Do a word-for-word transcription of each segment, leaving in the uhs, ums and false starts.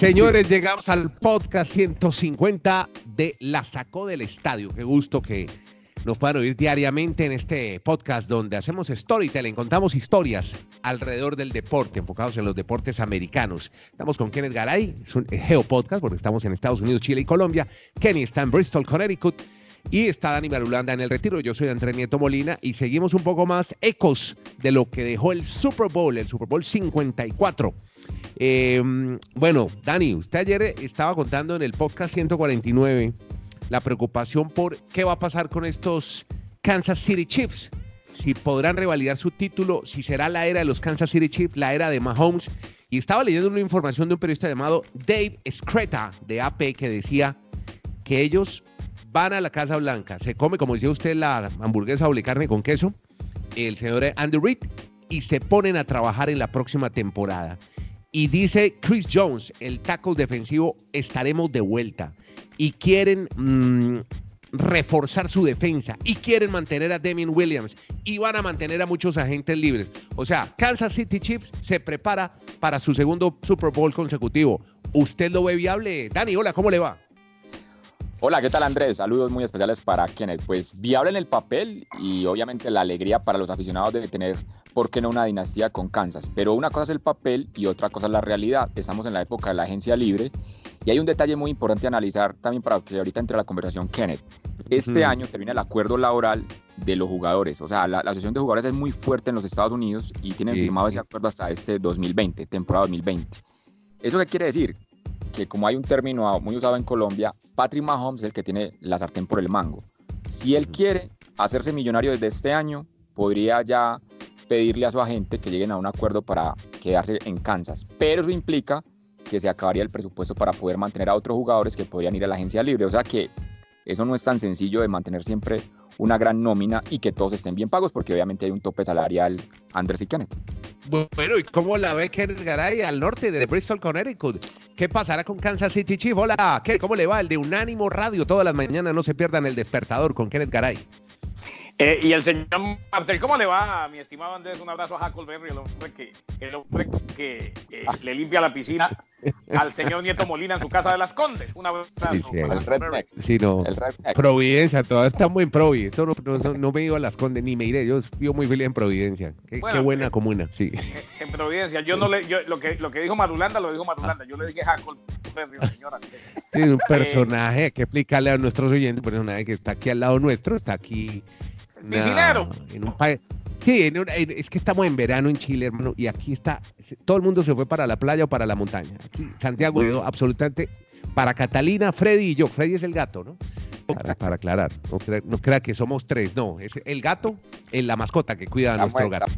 Señores, llegamos al podcast ciento cincuenta de La Sacó del Estadio. Qué gusto que nos puedan oír diariamente en este podcast donde hacemos storytelling, contamos historias alrededor del deporte, enfocados en los deportes americanos. Estamos con Kenneth Garay, es un geopodcast porque estamos en Estados Unidos, Chile y Colombia. Kenny está en Bristol, Connecticut. Y está Dani Marulanda en el retiro. Yo soy Andrés Nieto Molina y seguimos un poco más ecos de lo que dejó el Super Bowl, el Super Bowl cincuenta y cuatro. Eh, bueno, Dani, usted ayer estaba contando en el podcast ciento cuarenta y nueve la preocupación por qué va a pasar con estos Kansas City Chiefs. Si podrán revalidar su título, si será la era de los Kansas City Chiefs, la era de Mahomes. Y estaba leyendo una información de un periodista llamado Dave Screta de A P que decía que ellos van a la Casa Blanca, se come, como decía usted, la hamburguesa doble carne con queso, el señor Andy Reid, y se ponen a trabajar en la próxima temporada. Y dice Chris Jones, el tackle defensivo, estaremos de vuelta. Y quieren mmm, reforzar su defensa, y quieren mantener a Damien Williams, y van a mantener a muchos agentes libres. O sea, Kansas City Chiefs se prepara para su segundo Super Bowl consecutivo. ¿Usted lo ve viable? Dani, hola, ¿cómo le va? Hola, ¿qué tal, Andrés? Saludos muy especiales para Kenneth. Pues viable en el papel y obviamente la alegría para los aficionados de tener, ¿por qué no, una dinastía con Kansas? Pero una cosa es el papel y otra cosa es la realidad. Estamos en la época de la agencia libre y hay un detalle muy importante a analizar también para que ahorita entre la conversación, Kenneth. Este uh-huh. año termina el acuerdo laboral de los jugadores. O sea, la, la asociación de jugadores es muy fuerte en los Estados Unidos y tienen sí, firmado sí. ese acuerdo hasta este dos mil veinte, temporada dos mil veinte. ¿Eso qué quiere decir? Que como hay un término muy usado en Colombia, Patrick Mahomes es el que tiene la sartén por el mango. Si él quiere hacerse millonario desde este año, podría ya pedirle a su agente que lleguen a un acuerdo para quedarse en Kansas. Pero eso implica que se acabaría el presupuesto para poder mantener a otros jugadores que podrían ir a la agencia libre. O sea que eso no es tan sencillo de mantener siempre una gran nómina y que todos estén bien pagos, porque obviamente hay un tope salarial, Andrés y Kenneth. Bueno, ¿y cómo la ve Kenneth Garay al norte de Bristol, Connecticut? ¿Qué pasará con Kansas City Chiefs? Hola, ¿qué? ¿Cómo le va? El de Unánimo Radio, todas las mañanas, no se pierdan El Despertador con Kenneth Garay. Eh, y el señor Martel, ¿cómo le va, mi estimado Andrés? Un abrazo a Huckleberry, el hombre que, el hombre que eh, le limpia la piscina al señor Nieto Molina en su casa de Las Condes. Un abrazo. Sí, sí, para el redneck. Sí, no. El redneck. Providencia, todo está muy en Provi. Esto no, no, no me iba a Las Condes, ni me iré. Yo vivo muy feliz en Providencia. Qué, bueno, qué buena eh, comuna, sí. En Providencia. Yo no le, yo, lo, que, lo que dijo Marulanda, lo dijo Marulanda. Yo le dije a Huckleberry, señora. Sí, un personaje, eh, hay que explicarle a nuestros oyentes, un personaje que está aquí al lado nuestro, está aquí. Piscinero. En un país. Sí, en un, en, es que estamos en verano en Chile, hermano, y aquí está, todo el mundo se fue para la playa o para la montaña. Aquí Santiago quedó absolutamente para Catalina, Freddy y yo. Freddy es el gato, ¿no? Para, para aclarar, no crea, no crea que somos tres, no, es el gato, es la mascota que cuida a la nuestro gato.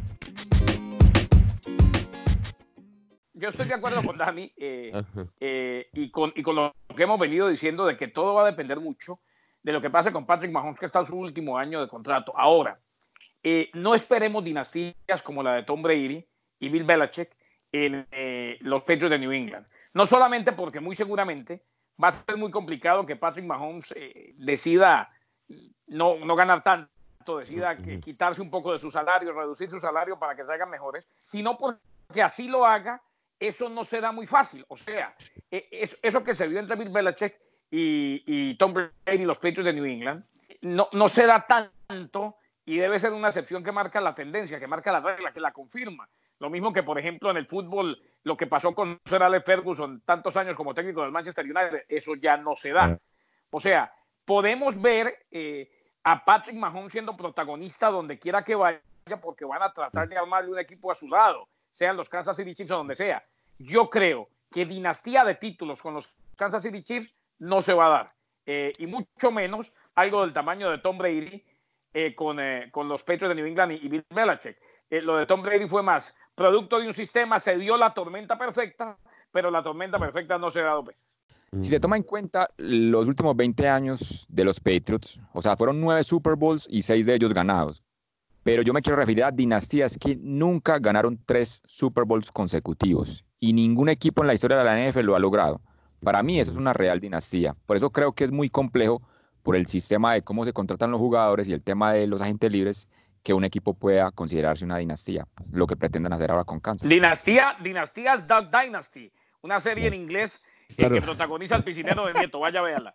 Yo estoy de acuerdo con Dani eh, eh, y, con, y con lo que hemos venido diciendo de que todo va a depender mucho de lo que pase con Patrick Mahomes, que está en su último año de contrato. Ahora, eh, no esperemos dinastías como la de Tom Brady y Bill Belichick en eh, los Patriots de New England. No solamente porque muy seguramente va a ser muy complicado que Patrick Mahomes eh, decida no, no ganar tanto, decida que, quitarse un poco de su salario, reducir su salario para que salgan mejores, sino porque así lo haga, eso no será muy fácil. O sea, eh, eso, eso que se vio entre Bill Belichick Y, y Tom Brady y los Patriots de New England, no, no se da tanto y debe ser una excepción que marca la tendencia, que marca la regla, que la confirma. Lo mismo que, por ejemplo, en el fútbol, lo que pasó con Sir Alex Ferguson tantos años como técnico del Manchester United, eso ya no se da. O sea, podemos ver eh, a Patrick Mahomes siendo protagonista donde quiera que vaya, porque van a tratar de armarle un equipo a su lado, sean los Kansas City Chiefs o donde sea. Yo creo que dinastía de títulos con los Kansas City Chiefs no se va a dar, eh, y mucho menos algo del tamaño de Tom Brady eh, con, eh, con los Patriots de New England y, y Bill Belichick. Eh, lo de Tom Brady fue más producto de un sistema, se dio la tormenta perfecta, pero la tormenta perfecta no se da dos veces. Si se toma en cuenta los últimos veinte años de los Patriots, o sea, fueron nueve Super Bowls y seis de ellos ganados, pero yo me quiero referir a dinastías que nunca ganaron tres Super Bowls consecutivos y ningún equipo en la historia de la N F L lo ha logrado. Para mí eso es una real dinastía. Por eso creo que es muy complejo por el sistema de cómo se contratan los jugadores y el tema de los agentes libres que un equipo pueda considerarse una dinastía, lo que pretenden hacer ahora con Kansas. Dinastía, dinastías Duck Dynasty, una serie en inglés Claro. Que protagoniza el piscinero de Nieto, vaya, véala.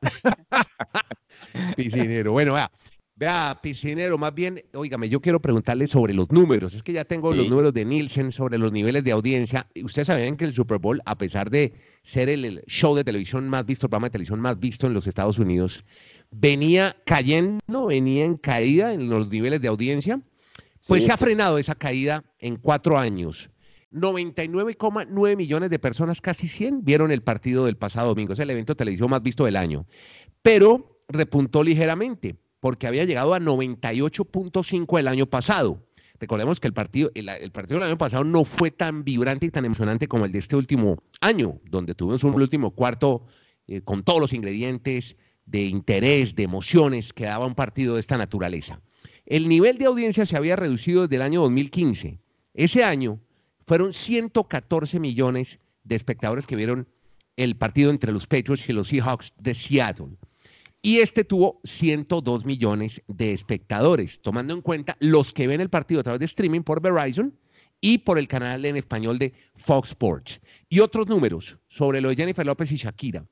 Piscinero, bueno, vea, vea, piscinero, más bien, óigame, yo quiero preguntarle sobre los números, es que ya tengo Sí. los números de Nielsen sobre los niveles de audiencia. Ustedes sabían que el Super Bowl, a pesar de ser el, el show de televisión más visto, el programa de televisión más visto en los Estados Unidos, venía cayendo, venía en caída en los niveles de audiencia, pues Sí. se ha frenado esa caída en cuatro años. noventa y nueve coma nueve millones de personas, casi cien, vieron el partido del pasado domingo. Es el evento televisivo más visto del año. Pero repuntó ligeramente, porque había llegado a noventa y ocho punto cinco el año pasado. Recordemos que el partido, el, el partido del año pasado no fue tan vibrante y tan emocionante como el de este último año, donde tuvimos un último cuarto eh, con todos los ingredientes de interés, de emociones que daba un partido de esta naturaleza. El nivel de audiencia se había reducido desde el año dos mil quince. Ese año fueron ciento catorce millones de espectadores que vieron el partido entre los Patriots y los Seahawks de Seattle. Y este tuvo ciento dos millones de espectadores, tomando en cuenta los que ven el partido a través de streaming por Verizon y por el canal en español de Fox Sports. Y otros números sobre lo de Jennifer López y Shakira.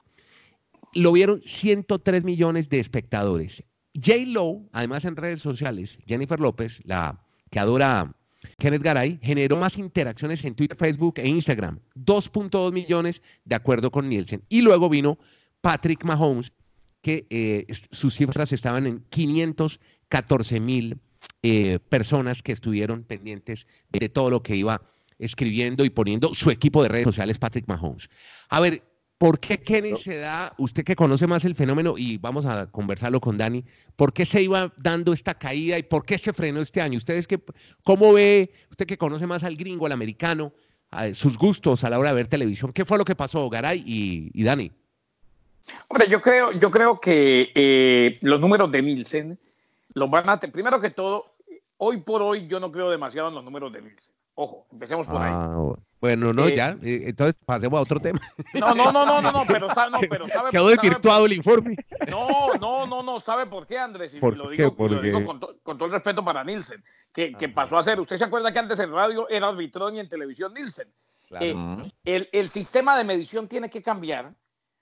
Lo vieron ciento tres millones de espectadores. J-Lo, además en redes sociales, Jennifer López, la que adora Kenneth Garay, generó más interacciones en Twitter, Facebook e Instagram, dos punto dos millones de acuerdo con Nielsen. Y luego vino Patrick Mahomes, que eh, sus cifras estaban en quinientos catorce mil eh, personas que estuvieron pendientes de todo lo que iba escribiendo y poniendo su equipo de redes sociales, Patrick Mahomes. A ver, ¿por qué Kenny se da, usted que conoce más el fenómeno, y vamos a conversarlo con Dani, por qué se iba dando esta caída y por qué se frenó este año? ¿Ustedes qué, cómo ve, usted que conoce más al gringo, al americano, a sus gustos a la hora de ver televisión? ¿Qué fue lo que pasó, Garay y, y Dani? Hombre, yo creo, yo creo que eh, los números de Nielsen los van a... Te, primero que todo, hoy por hoy yo no creo demasiado en los números de Nielsen. Ojo, empecemos por ahí. Ah, bueno, no, Eh, ya, eh, entonces pasemos a otro tema. No, no, no, no, no, no, pero, sabe, no, pero sabe... Quedó sabe desvirtuado por, el informe. No, no, no, no, ¿sabe por qué, Andrés? Y ¿Por lo qué? digo, Porque... lo digo con, to, con todo el respeto para Nielsen, que, que pasó a ser... ¿Usted se acuerda que antes en radio era Arbitrón y en televisión Nielsen? Claro. Eh, el, el sistema de medición tiene que cambiar,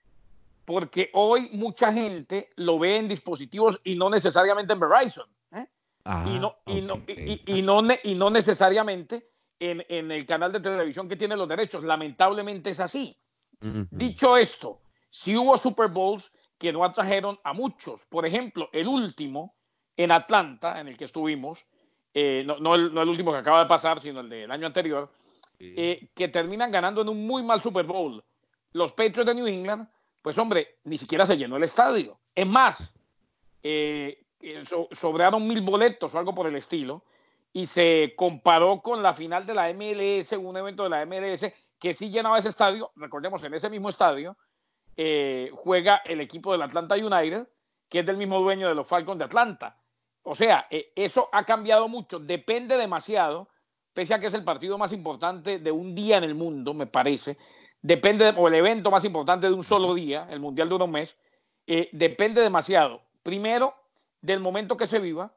porque hoy mucha gente lo ve en dispositivos y no necesariamente en Verizon. ¿eh? Ah, y, no, y, okay. no, y, y, no, y no necesariamente en, en el canal de televisión que tiene los derechos. Lamentablemente es así. Uh-huh. Dicho esto, sí hubo Super Bowls que no atrajeron a muchos. Por ejemplo, el último en Atlanta, en el que estuvimos, eh, no, no, el, no el último que acaba de pasar, sino el del año anterior, sí. eh, que terminan ganando en un muy mal Super Bowl. Los Patriots de New England, pues hombre, ni siquiera se llenó el estadio. Es más, eh, so, sobraron mil boletos o algo por el estilo, y se comparó con la final de la M L S, un evento de la M L S que sí llenaba ese estadio. Recordemos, en ese mismo estadio eh, juega el equipo del Atlanta United, que es del mismo dueño de los Falcons de Atlanta. O sea, eh, eso ha cambiado mucho, depende demasiado, pese a que es el partido más importante de un día en el mundo, me parece. Depende, de, o el evento más importante de un solo día, el Mundial dura un mes, eh, depende demasiado. Primero, del momento que se viva.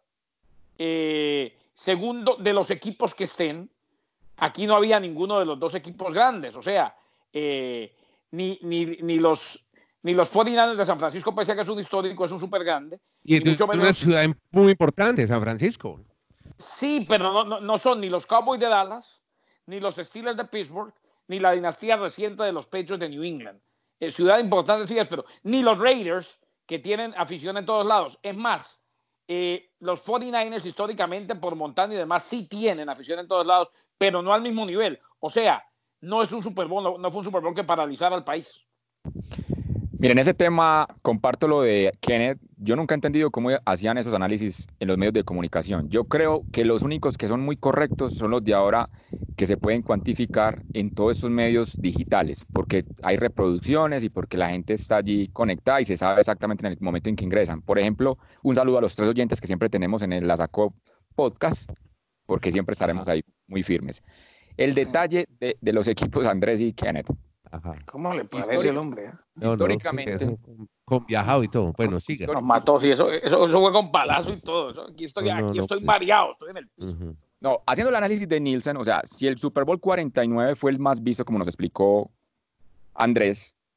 Eh, segundo, de los equipos que estén. Aquí no había ninguno de los dos equipos grandes. O sea, eh, ni, ni, ni los ni los cuarenta y nueve de San Francisco, pese a que es un histórico, es un súper grande. Y es mucho menos... una ciudad muy importante, San Francisco. Sí, pero no, no, no son ni los Cowboys de Dallas, ni los Steelers de Pittsburgh, ni la dinastía reciente de los Patriots de New England. Eh, ciudad importante, sí, pero ni los Raiders, que tienen afición en todos lados. Es más, eh, los cuarenta y nueve históricamente, por Montana y demás, sí tienen afición en todos lados, pero no al mismo nivel. O sea, no es un Super Bowl, no, no fue un Super Bowl que paralizara al país. Miren, ese tema, comparto lo de Kenneth. Yo nunca he entendido cómo hacían esos análisis en los medios de comunicación. Yo creo que los únicos que son muy correctos son los de ahora, que se pueden cuantificar en todos estos medios digitales, porque hay reproducciones y porque la gente está allí conectada y se sabe exactamente en el momento en que ingresan. Por ejemplo, un saludo a los tres oyentes que siempre tenemos en el La Sacó Podcast, porque siempre estaremos ahí muy firmes. El detalle de, de los equipos Andrés y Kenneth. Ajá. ¿Cómo le parece Históric, el hombre? ¿eh? No, históricamente. No, con, con viajado y todo. Bueno, sigue. Nos mató, sí, eso, eso, eso fue con palazo y todo. Eso, aquí estoy, no, no, aquí no, estoy no, mareado, estoy en el piso. Uh-huh. No, haciendo el análisis de Nielsen, o sea, si el Super Bowl cuarenta y nueve fue el más visto, como nos explicó Andrés,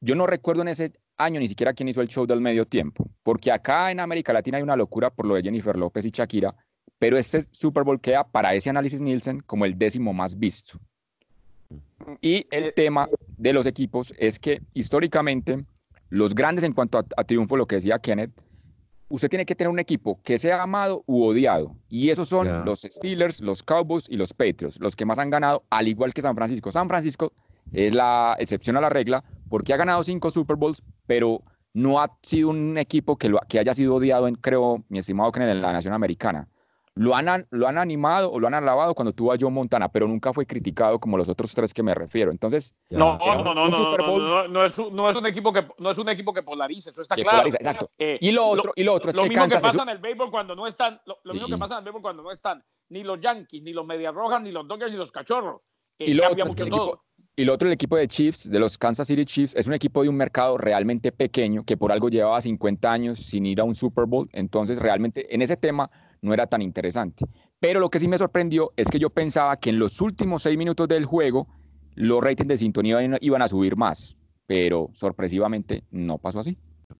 yo no recuerdo en ese año ni siquiera quién hizo el show del medio tiempo, porque acá en América Latina hay una locura por lo de Jennifer López y Shakira, pero este Super Bowl queda para ese análisis Nielsen como el décimo más visto. Y el tema de los equipos es que históricamente los grandes en cuanto a, a triunfo, lo que decía Kenneth, usted tiene que tener un equipo que sea amado u odiado, y esos son yeah. los Steelers, los Cowboys y los Patriots, los que más han ganado, al igual que San Francisco. San Francisco es la excepción a la regla porque ha ganado cinco Super Bowls, pero no ha sido un equipo que, lo, que haya sido odiado, en, creo, mi estimado Kenneth, en la nación americana. Lo han, lo han animado o lo han alabado cuando tuvo a Joe Montana, pero nunca fue criticado como los otros tres que me refiero. Entonces, no, no, no, no, no, no, no, es un, no es un equipo que no es un equipo que polarice, eso está claro. Polariza, exacto. Eh, y lo otro, lo, y lo otro es lo que mismo Kansas que pasa es... en el béisbol cuando no están, lo, lo sí. mismo que pasa en el béisbol cuando no están ni los Yankees, ni los Medias Rojas, ni los Dodgers, ni los Cachorros. Eh, y lo cambia otro mucho es todo. Equipo, y lo otro, el equipo de Chiefs, de los Kansas City Chiefs, es un equipo de un mercado realmente pequeño que por algo llevaba cincuenta años sin ir a un Super Bowl. Entonces, realmente, en ese tema no era tan interesante. Pero lo que sí me sorprendió es que yo pensaba que en los últimos seis minutos del juego los ratings de sintonía iban a subir más, pero sorpresivamente no pasó así.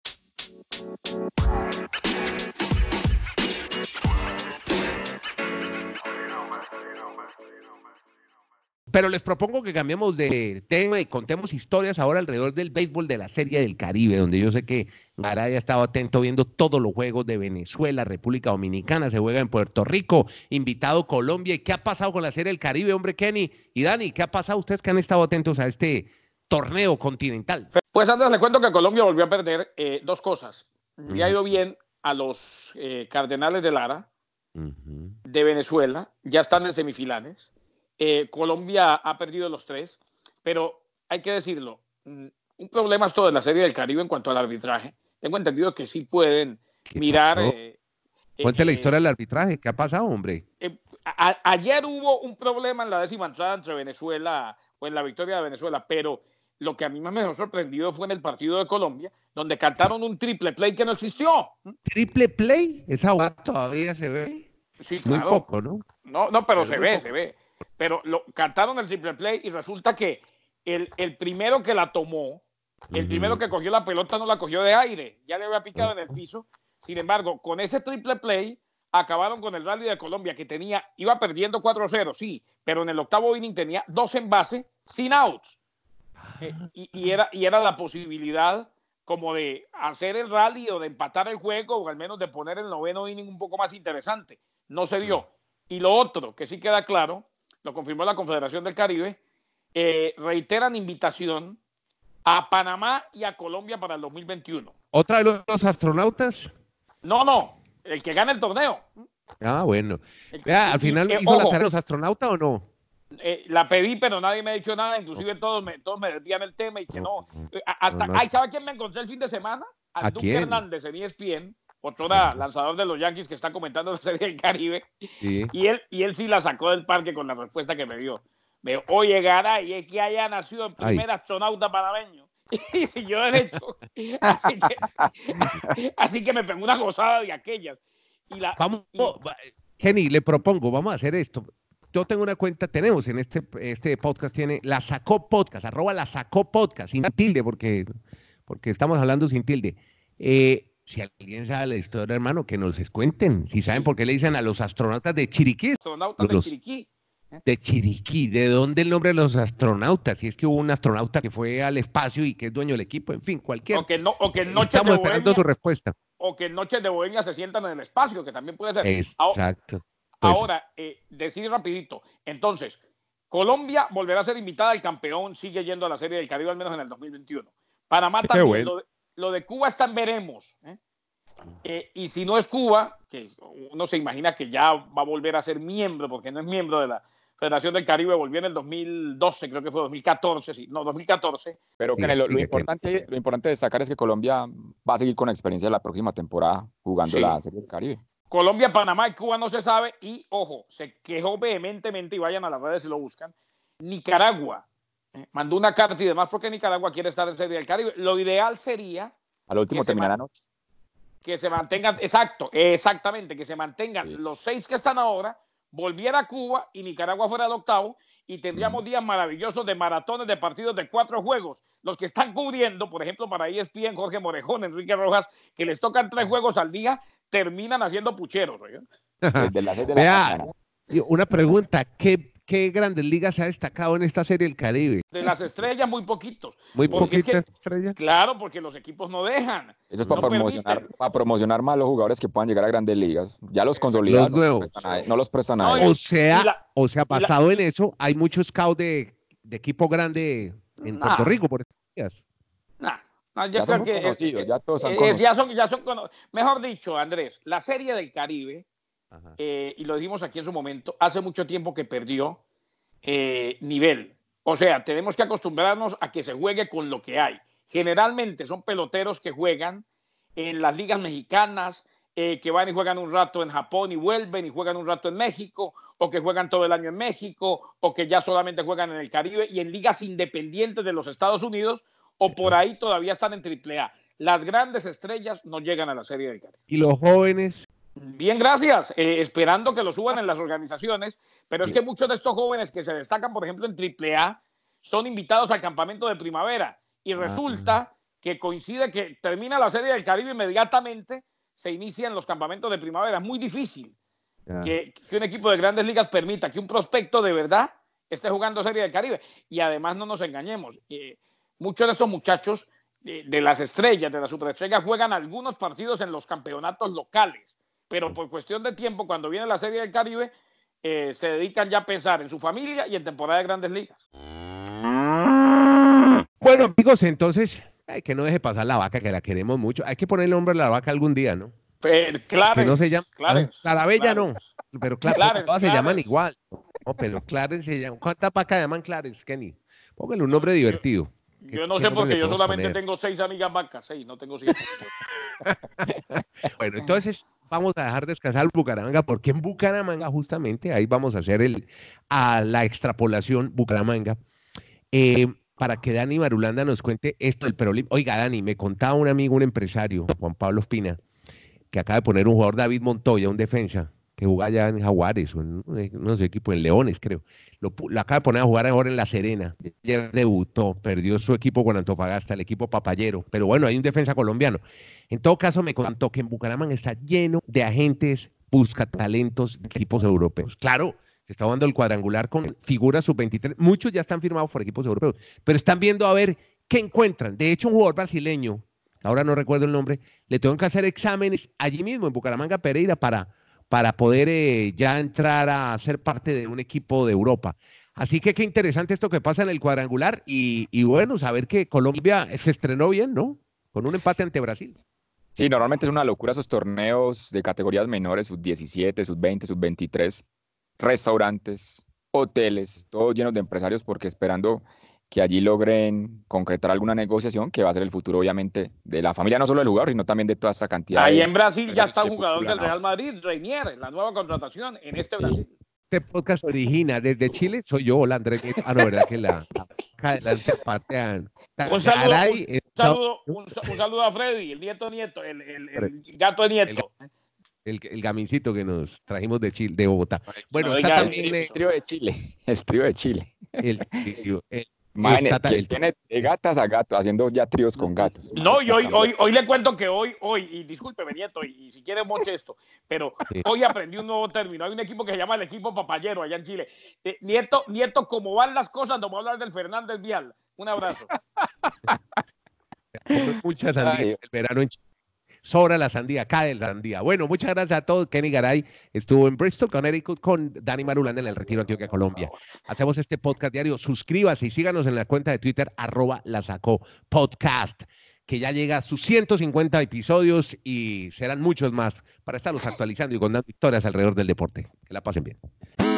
Pero les propongo que cambiemos de tema y contemos historias ahora alrededor del béisbol de la Serie del Caribe, donde yo sé que Garay ha estado atento viendo todos los juegos de Venezuela, República Dominicana, se juega en Puerto Rico, invitado Colombia. ¿Y qué ha pasado con la Serie del Caribe, hombre, Kenny? Y Dani, ¿qué ha pasado ustedes que han estado atentos a este torneo continental? Pues antes les cuento que Colombia volvió a perder eh, dos cosas. Le uh-huh. ha ido bien a los eh, Cardenales de Lara, uh-huh. de Venezuela, ya están en semifinales. Eh, Colombia ha perdido los tres, pero hay que decirlo, un problema es todo de la Serie del Caribe en cuanto al arbitraje. Tengo entendido que sí pueden mirar... Eh, Cuente eh, la historia eh, del arbitraje, ¿qué ha pasado, hombre? Eh, a, ayer hubo un problema en la décima entrada entre Venezuela, o en la victoria de Venezuela, pero lo que a mí más me ha sorprendido fue en el partido de Colombia, donde cantaron un triple play que no existió. ¿Triple play? Esa jugada todavía se ve. Sí, claro. Muy poco, ¿no? No, no, pero, pero se ve, poco. se ve. Pero lo, cantaron el triple play y resulta que el, el primero que la tomó, el uh-huh. primero que cogió la pelota no la cogió de aire, ya le había picado uh-huh. en el piso. Sin embargo, con ese triple play acabaron con el rally de Colombia, que tenía, iba perdiendo cuatro cero, sí, pero en el octavo inning tenía dos en base sin outs. Eh, y, y, era, y era la posibilidad como de hacer el rally o de empatar el juego, o al menos de poner el noveno inning un poco más interesante. No se dio. Y lo otro, que sí queda claro, lo confirmó la Confederación del Caribe, eh, reiteran invitación a Panamá y a Colombia para el dos mil veintiuno. ¿Otra de los, los astronautas? No, no, el que gane el torneo. Ah, bueno. Ya, ¿al final eh, hizo ojo, la tarea de los astronautas o no? Eh, la pedí, pero nadie me ha dicho nada, inclusive no. todos, me, todos me desvían el tema y que no. no. Hasta, no, no. Ay, ¿sabe quién me encontré el fin de semana? Al Duque Hernández en E S P N. Otro lanzador de los Yankees que está comentando la Serie del Caribe. Sí. Y, él, y él sí la sacó del parque con la respuesta que me dio. Me dijo, oye, Garay, es que haya nacido el primer Ay. astronauta panameño. Y si yo derecho. Así que, así que me pegó una gozada de aquellas. Y la, vamos, y, Kenny, le propongo, vamos a hacer esto. Yo tengo una cuenta, tenemos en este, este podcast, tiene la sacó podcast, arroba la sacó podcast, sin tilde, porque, porque estamos hablando sin tilde. Eh, Si alguien sabe la historia, hermano, que nos cuenten. Si saben por qué le dicen a los astronautas de Chiriquí. Astronautas los, de Chiriquí. ¿Eh? De Chiriquí. ¿De dónde el nombre de los astronautas? Si es que hubo un astronauta que fue al espacio y que es dueño del equipo. En fin, cualquier. O que, no, o que en Noches Estamos de esperando Bohemia, tu respuesta. O que en Noches de Bohemia se sientan en el espacio, que también puede ser. Exacto. Ahora, ahora eh, decir rapidito. Entonces, Colombia volverá a ser invitada al campeón. Sigue yendo a la Serie del Caribe, al menos en el dos mil veintiuno. Panamá Qué también. bueno. Lo, de, lo de Cuba está en veremos. ¿eh? Eh, y si no es Cuba, que uno se imagina que ya va a volver a ser miembro, porque no es miembro de la Federación del Caribe, volvió en el dos mil doce, creo que fue dos mil catorce, sí, no, dos mil catorce. Pero sí, lo, lo, importante, lo importante de destacar es que Colombia va a seguir con la experiencia de la próxima temporada jugando sí. la Serie del Caribe. Colombia, Panamá y Cuba no se sabe, y ojo, se quejó vehementemente, y vayan a las redes si lo buscan, Nicaragua eh, mandó una carta y demás porque Nicaragua quiere estar en Serie del Caribe. Lo ideal sería... Al último terminar la noche. Que se mantengan, exacto, exactamente, que se mantengan sí. los seis que están ahora, volviera a Cuba y Nicaragua fuera el octavo, y tendríamos mm. días maravillosos de maratones de partidos de cuatro juegos, los que están cubriendo, por ejemplo, para E S P N, Jorge Morejón, Enrique Rojas, que les tocan tres juegos al día, terminan haciendo pucheros. Desde las seis de la Vea, mañana. una pregunta, ¿qué, ¿qué Grandes Ligas se ha destacado en esta Serie del Caribe? De las estrellas, muy poquitos. Muy Porque es poquitas que, estrellas. Claro, porque los equipos no dejan. Eso es para, no promocionar, permiten. para promocionar más a los jugadores que puedan llegar a Grandes Ligas. Ya los consolidados Los nuevos. no, los prestan a- no los prestan a No, ellos. O sea, y la- o sea, y la- basado en eso, hay muchos scouts de, de equipo grande en Nah. Puerto Rico, por estos días. Nah, nah, yo Ya creo son muy que, conocidos, eh, ya todos son eh, conocidos. ya son, ya son cono- Mejor dicho, Andrés, la Serie del Caribe, Ajá. eh, y lo dijimos aquí en su momento, hace mucho tiempo que perdió eh, nivel. O sea, tenemos que acostumbrarnos a que se juegue con lo que hay. Generalmente son peloteros que juegan en las ligas mexicanas, eh, que van y juegan un rato en Japón y vuelven y juegan un rato en México, o que juegan todo el año en México, o que ya solamente juegan en el Caribe y en ligas independientes de los Estados Unidos, o por ahí todavía están en triple A. Las grandes estrellas no llegan a la Serie del Caribe. Y los jóvenes, Bien, gracias. Eh, esperando que lo suban en las organizaciones, pero es que muchos de estos jóvenes que se destacan, por ejemplo, en triple A, son invitados al campamento de primavera y resulta que coincide que termina la Serie del Caribe inmediatamente se inician los campamentos de primavera. Es muy difícil que, que un equipo de grandes ligas permita que un prospecto de verdad esté jugando Serie del Caribe. Y además no nos engañemos, eh, muchos de estos muchachos eh, de las estrellas, de las superestrellas, juegan algunos partidos en los campeonatos locales, pero por cuestión de tiempo, cuando viene la Serie del Caribe, eh, se dedican ya a pensar en su familia y en temporada de grandes ligas. bueno, amigos, entonces, ay, que no deje pasar la vaca, que la queremos mucho. Hay que ponerle nombre a la vaca algún día, ¿no? Pero, Clarence, Que no se llama, Clarence, Clarabella Clarence. no, pero claro, Clarence, todas se Clarence. llaman igual. No, pero Clarence se llama. ¿Cuántas vacas llaman Clarence, Kenny? Póngale un nombre divertido. Yo no ¿Qué sé nombre porque le yo podemos solamente poner? tengo seis amigas vacas, seis, no tengo siete. Bueno, entonces vamos a dejar descansar Bucaramanga, porque en Bucaramanga justamente ahí vamos a hacer el, a la extrapolación Bucaramanga, eh, para que Dani Marulanda nos cuente esto del Perolímpico. Oiga, Dani, me contaba un amigo, un empresario, Juan Pablo Espina, que acaba de poner un jugador, David Montoya, un defensa, que jugaba allá en Jaguares, o en no sé, equipo, en Leones, creo. Lo, lo acaba de poner a jugar ahora en La Serena. Ayer debutó, perdió su equipo con Antofagasta, el equipo papayero. Pero bueno, hay un defensa colombiano. En todo caso, me contó que en Bucaramanga está lleno de agentes buscatalentos de equipos europeos. Claro, se está dando el cuadrangular con figuras sub veintitrés. Muchos ya están firmados por equipos europeos, pero están viendo a ver qué encuentran. De hecho, un jugador brasileño, ahora no recuerdo el nombre, le tengo que hacer exámenes allí mismo en Bucaramanga, Pereira, para, para poder eh, ya entrar a ser parte de un equipo de Europa. Así que qué interesante esto que pasa en el cuadrangular y, y bueno, saber que Colombia se estrenó bien, ¿no? Con un empate ante Brasil. Sí, normalmente es una locura esos torneos de categorías menores, sub diecisiete, sub veinte, sub veintitrés, restaurantes, hoteles, todos llenos de empresarios porque esperando que allí logren concretar alguna negociación que va a ser el futuro, obviamente, de la familia, no solo del jugador, sino también de toda esta cantidad. Ahí de en Brasil ya está un que jugador del postulan a- Real Madrid, Reinier, la nueva contratación en este Brasil. Este podcast origina desde Chile, soy yo, hola Andrés. Ah, no, verdad que la acá adelante patean. Un saludo, Garay, un está- saludo, un, sa- un saludo a Freddy, el nieto nieto, el, el, el gato de nieto. el, el gamincito que nos trajimos de Chile, de Bogotá. Bueno, No está diga también El eh, trío de Chile, el trío de Chile. el, el- el- Imagínate, está- que el- tiene de gatas a gatos, haciendo ya tríos con gatos. No, y hoy, hoy, hoy le cuento que hoy, hoy, y discúlpeme, nieto, y, y si quiere moche esto, pero Sí. hoy aprendí un nuevo término. Hay un equipo que se llama el equipo papayero allá en Chile. Eh, nieto, nieto, ¿cómo van las cosas? Nos va a hablar del Fernández Vial. Un abrazo. come mucha sandía Ay. el verano en Chile. Sobra la sandía, cae la sandía. Bueno, muchas gracias a todos. Kenny Garay estuvo en Bristol, Connecticut, con Dani Marulanda en el Retiro Antioquia, Colombia. Hacemos este podcast diario. Suscríbase y síganos en la cuenta de Twitter, arroba la sacó podcast, que ya llega a sus ciento cincuenta episodios y serán muchos más para estarlos actualizando y contando historias alrededor del deporte. Que la pasen bien.